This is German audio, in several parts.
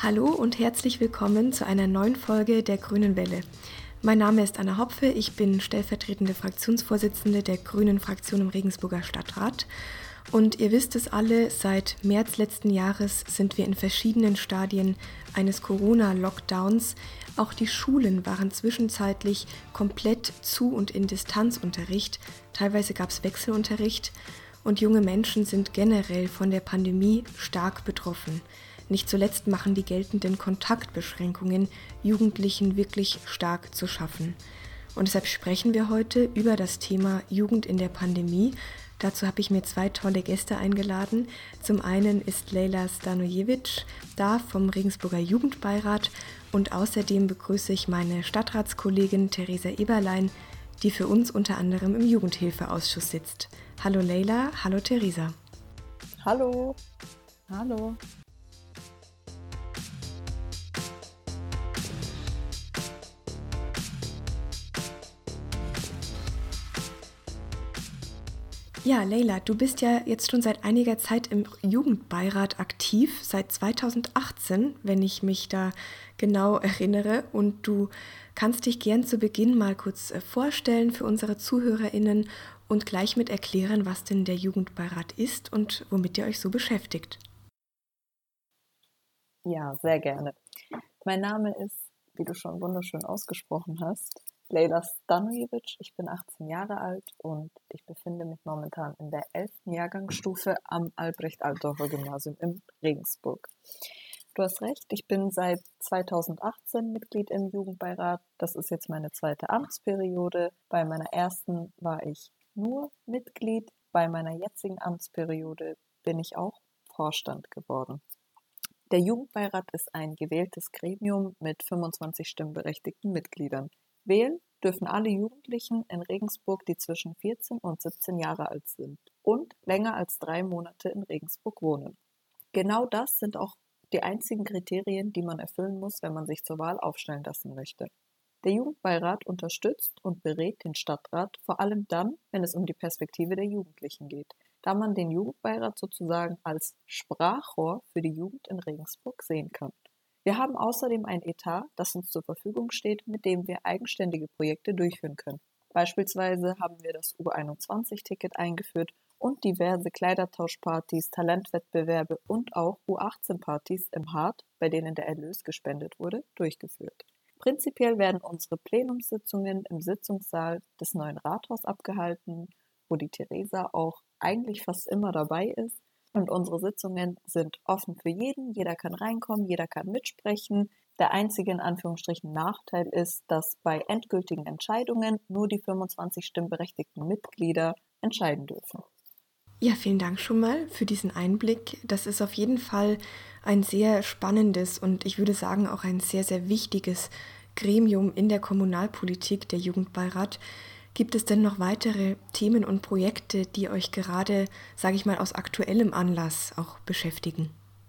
Hallo und herzlich willkommen zu einer neuen Folge der Grünen Welle. Mein Name ist Anna Hopfe, ich bin stellvertretende Fraktionsvorsitzende der Grünen Fraktion im Regensburger Stadtrat. Und ihr wisst es alle, seit März letzten Jahres sind wir in verschiedenen Stadien eines Corona-Lockdowns. Auch die Schulen waren zwischenzeitlich komplett zu und in Distanzunterricht. Teilweise gab es Wechselunterricht und junge Menschen sind generell von der Pandemie stark betroffen. Nicht zuletzt machen die geltenden Kontaktbeschränkungen Jugendlichen wirklich stark zu schaffen. Und deshalb sprechen wir heute über das Thema Jugend in der Pandemie. Dazu habe ich mir zwei tolle Gäste eingeladen. Zum einen ist Lejla Stanojevic da vom Regensburger Jugendbeirat und außerdem begrüße ich meine Stadtratskollegin Theresa Eberlein, die für uns unter anderem im Jugendhilfeausschuss sitzt. Hallo Lejla, hallo Theresa. Hallo. Hallo. Ja, Lejla, du bist ja jetzt schon seit einiger Zeit im Jugendbeirat aktiv, seit 2018, wenn ich mich da genau erinnere. Und du kannst dich gern zu Beginn mal kurz vorstellen für unsere ZuhörerInnen und gleich mit erklären, was denn der Jugendbeirat ist und womit ihr euch so beschäftigt. Ja, sehr gerne. Mein Name ist, wie du schon wunderschön ausgesprochen hast, Lejla Stanojevic. Ich bin 18 Jahre alt und ich befinde mich momentan in der 11. Jahrgangsstufe am Albrecht-Altdorfer-Gymnasium in Regensburg. Du hast recht, ich bin seit 2018 Mitglied im Jugendbeirat. Das ist jetzt meine zweite Amtsperiode. Bei meiner ersten war ich nur Mitglied. Bei meiner jetzigen Amtsperiode bin ich auch Vorstand geworden. Der Jugendbeirat ist ein gewähltes Gremium mit 25 stimmberechtigten Mitgliedern. Wählen dürfen alle Jugendlichen in Regensburg, die zwischen 14 und 17 Jahre alt sind und länger als 3 Monate in Regensburg wohnen. Genau das sind auch die einzigen Kriterien, die man erfüllen muss, wenn man sich zur Wahl aufstellen lassen möchte. Der Jugendbeirat unterstützt und berät den Stadtrat vor allem dann, wenn es um die Perspektive der Jugendlichen geht, da man den Jugendbeirat sozusagen als Sprachrohr für die Jugend in Regensburg sehen kann. Wir haben außerdem ein Etat, das uns zur Verfügung steht, mit dem wir eigenständige Projekte durchführen können. Beispielsweise haben wir das U21-Ticket eingeführt und diverse Kleidertauschpartys, Talentwettbewerbe und auch U18-Partys im Hart, bei denen der Erlös gespendet wurde, durchgeführt. Prinzipiell werden unsere Plenumssitzungen im Sitzungssaal des neuen Rathauses abgehalten, wo die Theresa auch eigentlich fast immer dabei ist. Und unsere Sitzungen sind offen für jeden, jeder kann reinkommen, jeder kann mitsprechen. Der einzige in Anführungsstrichen Nachteil ist, dass bei endgültigen Entscheidungen nur die 25 stimmberechtigten Mitglieder entscheiden dürfen. Ja, vielen Dank schon mal für diesen Einblick. Das ist auf jeden Fall ein sehr spannendes und ich würde sagen auch ein sehr, sehr wichtiges Gremium in der Kommunalpolitik, der Jugendbeirat. Gibt es denn noch weitere Themen und Projekte, die euch gerade, sage ich mal, aus aktuellem Anlass auch beschäftigen?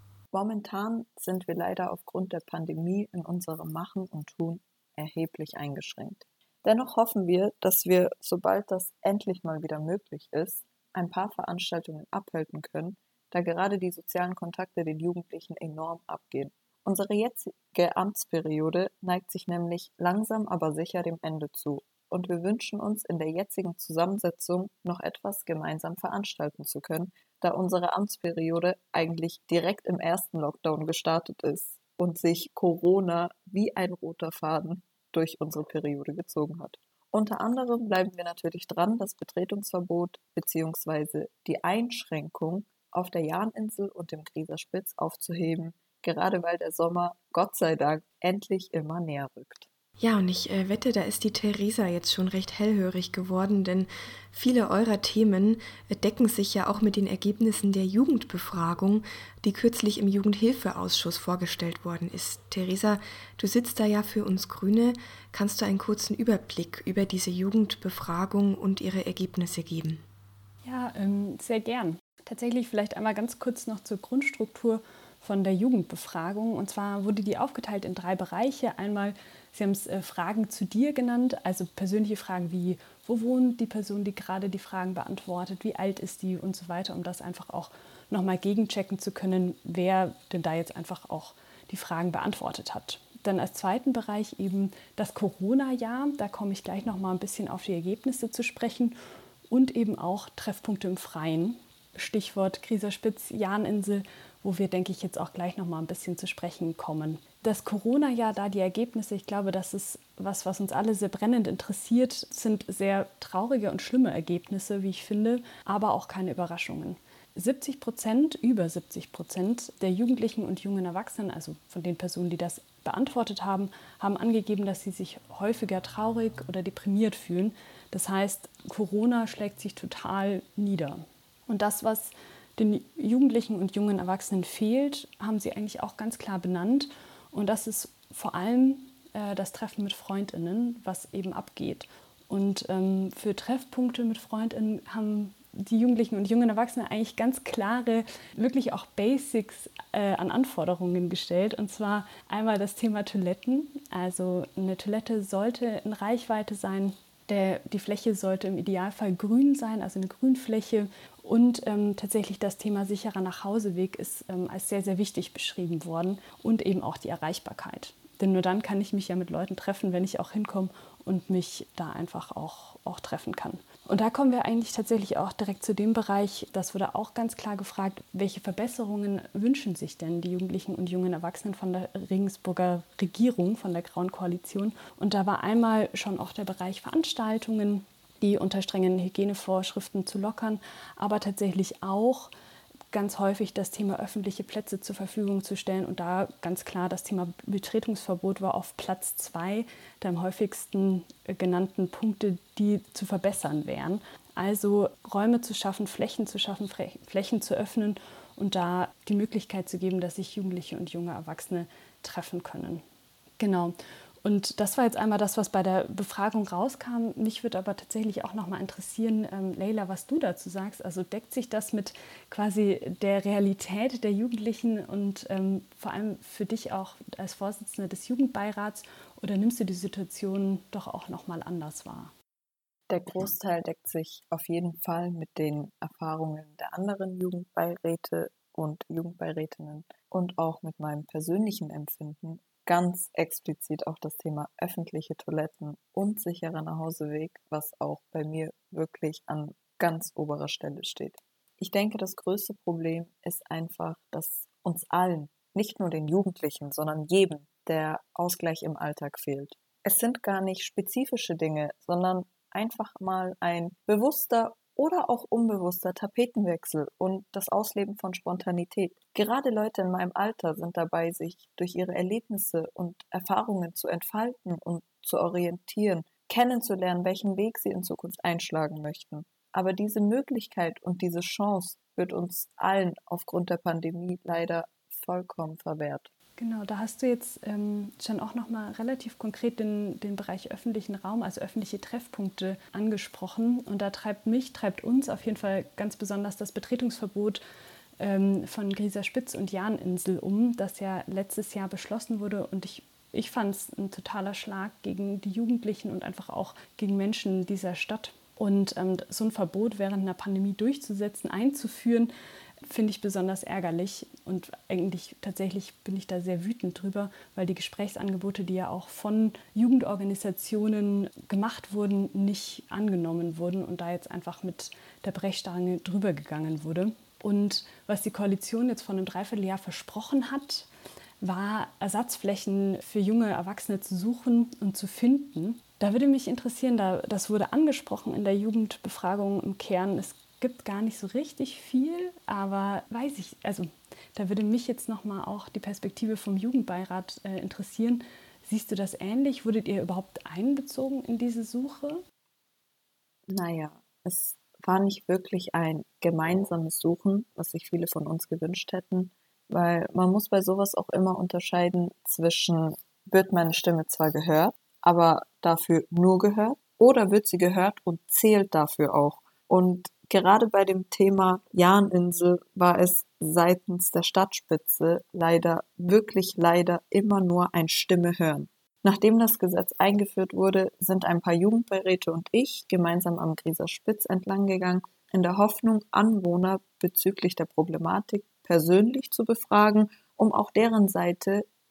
Momentan sind wir leider aufgrund der Pandemie in unserem Machen und Tun erheblich eingeschränkt. Dennoch hoffen wir, dass wir, sobald das endlich mal wieder möglich ist, ein paar Veranstaltungen abhalten können, da gerade die sozialen Kontakte den Jugendlichen enorm abgehen. Unsere jetzige Amtsperiode neigt sich nämlich langsam aber sicher dem Ende zu und wir wünschen uns in der jetzigen Zusammensetzung noch etwas gemeinsam veranstalten zu können, da unsere Amtsperiode eigentlich direkt im ersten Lockdown gestartet ist und sich Corona wie ein roter Faden durch unsere Periode gezogen hat. Unter anderem bleiben wir natürlich dran, das Betretungsverbot bzw. die Einschränkung auf der Jahninsel und dem Grieser Spitz aufzuheben, gerade weil der Sommer, Gott sei Dank, endlich immer näher rückt. Ja, und ich wette, da ist die Theresa jetzt schon recht hellhörig geworden, denn viele eurer Themen decken sich ja auch mit den Ergebnissen der Jugendbefragung, die kürzlich im Jugendhilfeausschuss vorgestellt worden ist. Theresa, du sitzt da ja für uns Grüne. Kannst du einen kurzen Überblick über diese Jugendbefragung und ihre Ergebnisse geben? Ja, sehr gern. Tatsächlich vielleicht einmal ganz kurz noch zur Grundstruktur von der Jugendbefragung. Und zwar wurde die aufgeteilt in 3 Bereiche. Einmal, Sie haben es Fragen zu dir genannt, also persönliche Fragen wie, wo wohnt die Person, die gerade die Fragen beantwortet, wie alt ist die und so weiter, um das einfach auch nochmal gegenchecken zu können, wer denn da jetzt einfach auch die Fragen beantwortet hat. Dann als zweiten Bereich eben das Corona-Jahr, da komme ich gleich noch mal ein bisschen auf die Ergebnisse zu sprechen und eben auch Treffpunkte im Freien, Stichwort Grieser Spitz, Jahninsel, wo wir, denke ich, jetzt auch gleich noch mal ein bisschen zu sprechen kommen. Das Corona-Jahr, da die Ergebnisse, ich glaube, das ist was uns alle sehr brennend interessiert, sind sehr traurige und schlimme Ergebnisse, wie ich finde, aber auch keine Überraschungen. 70%, über 70% der Jugendlichen und jungen Erwachsenen, also von den Personen, die das beantwortet haben, haben angegeben, dass sie sich häufiger traurig oder deprimiert fühlen. Das heißt, Corona schlägt sich total nieder. Und das, was den Jugendlichen und jungen Erwachsenen fehlt, haben sie eigentlich auch ganz klar benannt. Und das ist vor allem das Treffen mit FreundInnen, was eben abgeht. Und für Treffpunkte mit FreundInnen haben die Jugendlichen und jungen Erwachsenen eigentlich ganz klare, wirklich auch Basics an Anforderungen gestellt. Und zwar einmal das Thema Toiletten. Also eine Toilette sollte in Reichweite sein. Die Fläche sollte im Idealfall grün sein, also eine Grünfläche. Und tatsächlich das Thema sicherer Nachhauseweg ist als sehr, sehr wichtig beschrieben worden. Und eben auch die Erreichbarkeit. Denn nur dann kann ich mich ja mit Leuten treffen, wenn ich auch hinkomme und mich da einfach auch treffen kann. Und da kommen wir eigentlich tatsächlich auch direkt zu dem Bereich, das wurde auch ganz klar gefragt, welche Verbesserungen wünschen sich denn die Jugendlichen und jungen Erwachsenen von der Regensburger Regierung, von der Grauen Koalition. Und da war einmal schon auch der Bereich Veranstaltungen, die unter strengen Hygienevorschriften zu lockern, aber tatsächlich auch ganz häufig das Thema öffentliche Plätze zur Verfügung zu stellen. Und da ganz klar das Thema Betretungsverbot war auf Platz 2 der am häufigsten genannten Punkte, die zu verbessern wären. Also Räume zu schaffen, Flächen zu öffnen und da die Möglichkeit zu geben, dass sich Jugendliche und junge Erwachsene treffen können. Genau. Und das war jetzt einmal das, was bei der Befragung rauskam. Mich würde aber tatsächlich auch noch mal interessieren, Leila, was du dazu sagst. Also deckt sich das mit quasi der Realität der Jugendlichen und vor allem für dich auch als Vorsitzende des Jugendbeirats oder nimmst du die Situation doch auch noch mal anders wahr? Der Großteil deckt sich auf jeden Fall mit den Erfahrungen der anderen Jugendbeiräte und Jugendbeirätinnen und auch mit meinem persönlichen Empfinden. Ganz explizit auch das Thema öffentliche Toiletten und sicherer Nachhauseweg, was auch bei mir wirklich an ganz oberer Stelle steht. Ich denke, das größte Problem ist einfach, dass uns allen, nicht nur den Jugendlichen, sondern jedem, der Ausgleich im Alltag fehlt. Es sind gar nicht spezifische Dinge, sondern einfach mal ein bewusster oder auch unbewusster Tapetenwechsel und das Ausleben von Spontanität. Gerade Leute in meinem Alter sind dabei, sich durch ihre Erlebnisse und Erfahrungen zu entfalten und zu orientieren, kennenzulernen, welchen Weg sie in Zukunft einschlagen möchten. Aber diese Möglichkeit und diese Chance wird uns allen aufgrund der Pandemie leider vollkommen verwehrt. Genau, da hast du jetzt schon auch nochmal relativ konkret den Bereich öffentlichen Raum, also öffentliche Treffpunkte angesprochen. Und da treibt uns auf jeden Fall ganz besonders das Betretungsverbot von Grieser Spitz und Jahninsel das ja letztes Jahr beschlossen wurde. Und ich fand es ein totaler Schlag gegen die Jugendlichen und einfach auch gegen Menschen dieser Stadt. Und so ein Verbot während einer Pandemie durchzusetzen, einzuführen, finde ich besonders ärgerlich und eigentlich tatsächlich bin ich da sehr wütend drüber, weil die Gesprächsangebote, die ja auch von Jugendorganisationen gemacht wurden, nicht angenommen wurden und da jetzt einfach mit der Brechstange drüber gegangen wurde. Und was die Koalition jetzt vor einem Dreivierteljahr versprochen hat, war Ersatzflächen für junge Erwachsene zu suchen und zu finden. Da würde mich interessieren, das wurde angesprochen in der Jugendbefragung im Kern, es gibt gar nicht so richtig viel, aber da würde mich jetzt nochmal auch die Perspektive vom Jugendbeirat interessieren. Siehst du das ähnlich? Wurdet ihr überhaupt einbezogen in diese Suche? Naja, es war nicht wirklich ein gemeinsames Suchen, was sich viele von uns gewünscht hätten, weil man muss bei sowas auch immer unterscheiden zwischen, wird meine Stimme zwar gehört, aber dafür nur gehört, oder wird sie gehört und zählt dafür auch. Und gerade bei dem Thema Jahninsel war es seitens der Stadtspitze leider immer nur ein Stimme hören. Nachdem das Gesetz eingeführt wurde, sind ein paar Jugendbeiräte und ich gemeinsam am Grieser Spitz entlang gegangen, in der Hoffnung, Anwohner bezüglich der Problematik persönlich zu befragen, um auch deren Seite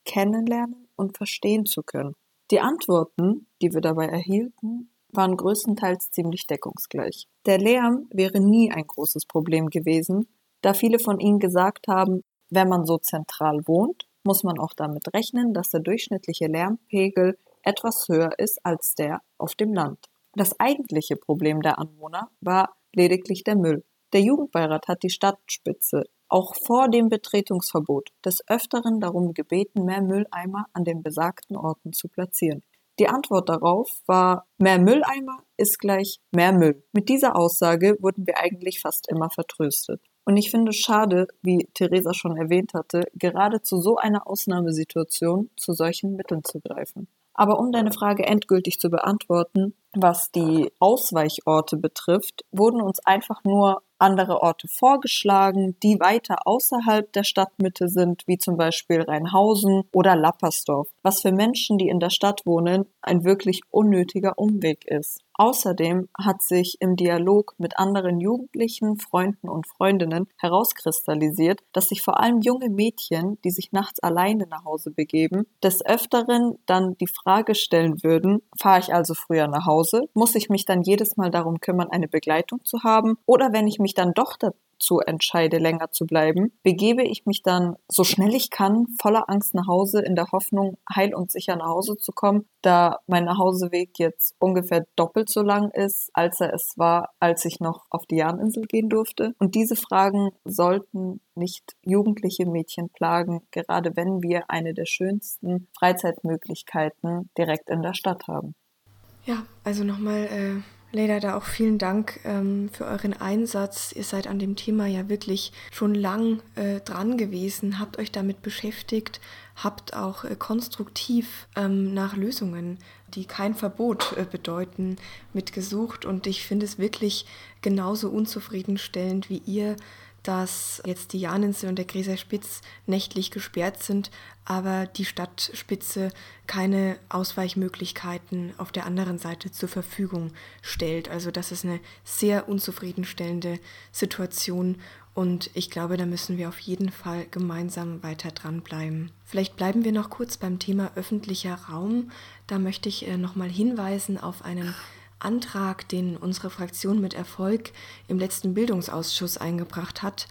kennenlernen und verstehen zu können. Die Antworten, die wir dabei erhielten, waren größtenteils ziemlich deckungsgleich. Der Lärm wäre nie ein großes Problem gewesen, da viele von ihnen gesagt haben, wenn man so zentral wohnt, muss man auch damit rechnen, dass der durchschnittliche Lärmpegel etwas höher ist als der auf dem Land. Das eigentliche Problem der Anwohner war lediglich der Müll. Der Jugendbeirat hat die Stadtspitze auch vor dem Betretungsverbot des Öfteren darum gebeten, mehr Mülleimer an den besagten Orten zu platzieren. Die Antwort darauf war, mehr Mülleimer ist gleich mehr Müll. Mit dieser Aussage wurden wir eigentlich fast immer vertröstet. Und ich finde es schade, wie Theresa schon erwähnt hatte, gerade zu so einer Ausnahmesituation zu solchen Mitteln zu greifen. Aber um deine Frage endgültig zu beantworten, was die Ausweichorte betrifft, wurden uns einfach nur andere Orte vorgeschlagen, die weiter außerhalb der Stadtmitte sind, wie zum Beispiel Rheinhausen oder Lappersdorf, was für Menschen, die in der Stadt wohnen, ein wirklich unnötiger Umweg ist. Außerdem hat sich im Dialog mit anderen Jugendlichen, Freunden und Freundinnen herauskristallisiert, dass sich vor allem junge Mädchen, die sich nachts alleine nach Hause begeben, des Öfteren dann die Frage stellen würden, fahre ich also früher nach Hause? Muss ich mich dann jedes Mal darum kümmern, eine Begleitung zu haben? Oder wenn ich mich dann doch dazu entscheide, länger zu bleiben, begebe ich mich dann so schnell ich kann, voller Angst nach Hause, in der Hoffnung, heil und sicher nach Hause zu kommen, da mein Nachhauseweg jetzt ungefähr doppelt so lang ist, als er es war, als ich noch auf die Jahninsel gehen durfte. Und diese Fragen sollten nicht jugendliche Mädchen plagen, gerade wenn wir eine der schönsten Freizeitmöglichkeiten direkt in der Stadt haben. Ja, also nochmal, Leila, da auch vielen Dank für euren Einsatz. Ihr seid an dem Thema ja wirklich schon lang dran gewesen, habt euch damit beschäftigt, habt auch konstruktiv nach Lösungen, die kein Verbot bedeuten, mitgesucht. Und ich finde es wirklich genauso unzufriedenstellend wie ihr, dass jetzt die Jahninsel und der Grieser Spitz nächtlich gesperrt sind, aber die Stadtspitze keine Ausweichmöglichkeiten auf der anderen Seite zur Verfügung stellt. Also das ist eine sehr unzufriedenstellende Situation und ich glaube, da müssen wir auf jeden Fall gemeinsam weiter dranbleiben. Vielleicht bleiben wir noch kurz beim Thema öffentlicher Raum. Da möchte ich nochmal hinweisen auf einen Antrag, den unsere Fraktion mit Erfolg im letzten Bildungsausschuss eingebracht hat.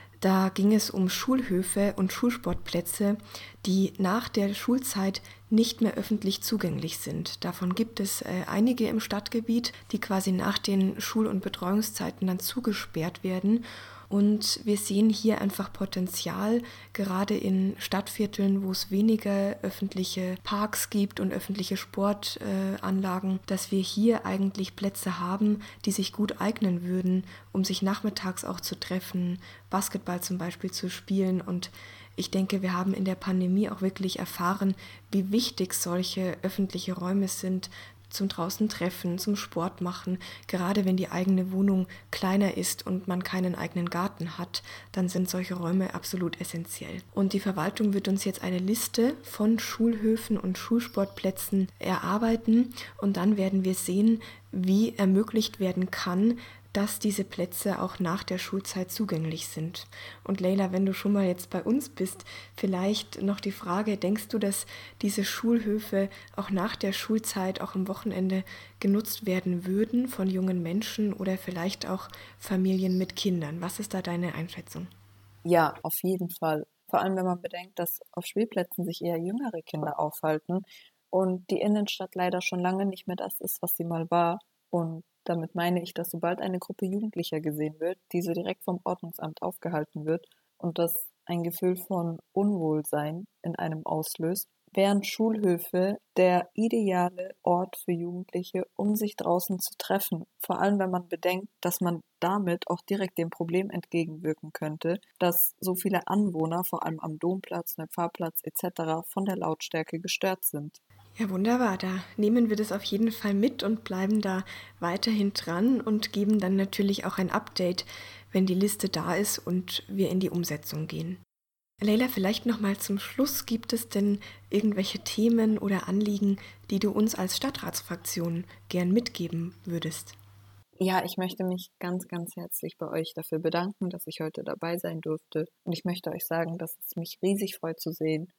Da ging es um Schulhöfe und Schulsportplätze, die nach der Schulzeit nicht mehr öffentlich zugänglich sind. Davon gibt es einige im Stadtgebiet, die quasi nach den Schul- und Betreuungszeiten dann zugesperrt werden. Und wir sehen hier einfach Potenzial, gerade in Stadtvierteln, wo es weniger öffentliche Parks gibt und öffentliche Sportanlagen, dass wir hier eigentlich Plätze haben, die sich gut eignen würden, um sich nachmittags auch zu treffen, Basketball zum Beispiel zu spielen. Und ich denke, wir haben in der Pandemie auch wirklich erfahren, wie wichtig solche öffentliche Räume sind, zum draußen treffen, zum Sport machen. Gerade wenn die eigene Wohnung kleiner ist und man keinen eigenen Garten hat, dann sind solche Räume absolut essentiell. Und die Verwaltung wird uns jetzt eine Liste von Schulhöfen und Schulsportplätzen erarbeiten und dann werden wir sehen, wie ermöglicht werden kann, dass diese Plätze auch nach der Schulzeit zugänglich sind. Und Leila, wenn du schon mal jetzt bei uns bist, vielleicht noch die Frage, denkst du, dass diese Schulhöfe auch nach der Schulzeit, auch am Wochenende genutzt werden würden von jungen Menschen oder vielleicht auch Familien mit Kindern? Was ist da deine Einschätzung? Ja, auf jeden Fall. Vor allem, wenn man bedenkt, dass auf Spielplätzen sich eher jüngere Kinder aufhalten und die Innenstadt leider schon lange nicht mehr das ist, was sie mal war. Und damit meine ich, dass sobald eine Gruppe Jugendlicher gesehen wird, diese direkt vom Ordnungsamt aufgehalten wird und das ein Gefühl von Unwohlsein in einem auslöst, wären Schulhöfe der ideale Ort für Jugendliche, um sich draußen zu treffen. Vor allem, wenn man bedenkt, dass man damit auch direkt dem Problem entgegenwirken könnte, dass so viele Anwohner, vor allem am Domplatz, Neufahrplatz etc., von der Lautstärke gestört sind. Ja, wunderbar. Da nehmen wir das auf jeden Fall mit und bleiben da weiterhin dran und geben dann natürlich auch ein Update, wenn die Liste da ist und wir in die Umsetzung gehen. Leila, vielleicht nochmal zum Schluss. Gibt es denn irgendwelche Themen oder Anliegen, die du uns als Stadtratsfraktion gern mitgeben würdest? Ja, ich möchte mich ganz, ganz herzlich bei euch dafür bedanken, dass ich heute dabei sein durfte. Und ich möchte euch sagen, dass es mich riesig freut zu sehen,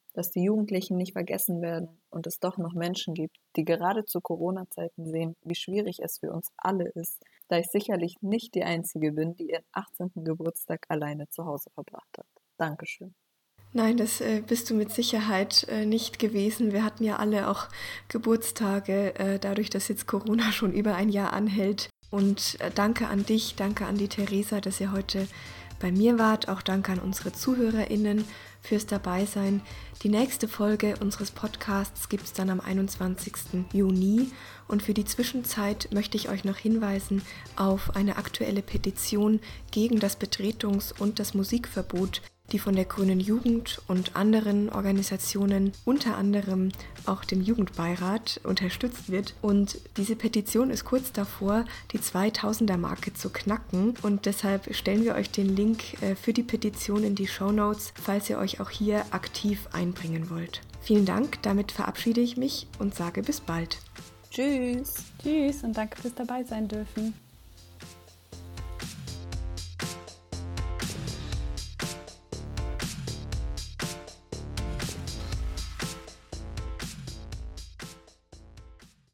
dass die Jugendlichen nicht vergessen werden und es doch noch Menschen gibt, die gerade zu Corona-Zeiten sehen, wie schwierig es für uns alle ist, da ich sicherlich nicht die Einzige bin, die ihren 18. Geburtstag alleine zu Hause verbracht hat. Dankeschön. Nein, das bist du mit Sicherheit nicht gewesen. Wir hatten ja alle auch Geburtstage, dadurch, dass jetzt Corona schon über ein Jahr anhält. Und danke an dich, danke an die Theresa, dass ihr heute bei mir wart. Auch danke an unsere ZuhörerInnen fürs Dabeisein. Die nächste Folge unseres Podcasts gibt es dann am 21. Juni. Und für die Zwischenzeit möchte ich euch noch hinweisen auf eine aktuelle Petition gegen das Betretungs- und das Musikverbot, die von der Grünen Jugend und anderen Organisationen, unter anderem auch dem Jugendbeirat, unterstützt wird. Und diese Petition ist kurz davor, die 2000er-Marke zu knacken. Und deshalb stellen wir euch den Link für die Petition in die Shownotes, falls ihr euch auch hier aktiv einbringen wollt. Vielen Dank, damit verabschiede ich mich und sage bis bald. Tschüss. Tschüss und danke fürs Dabeisein dürfen.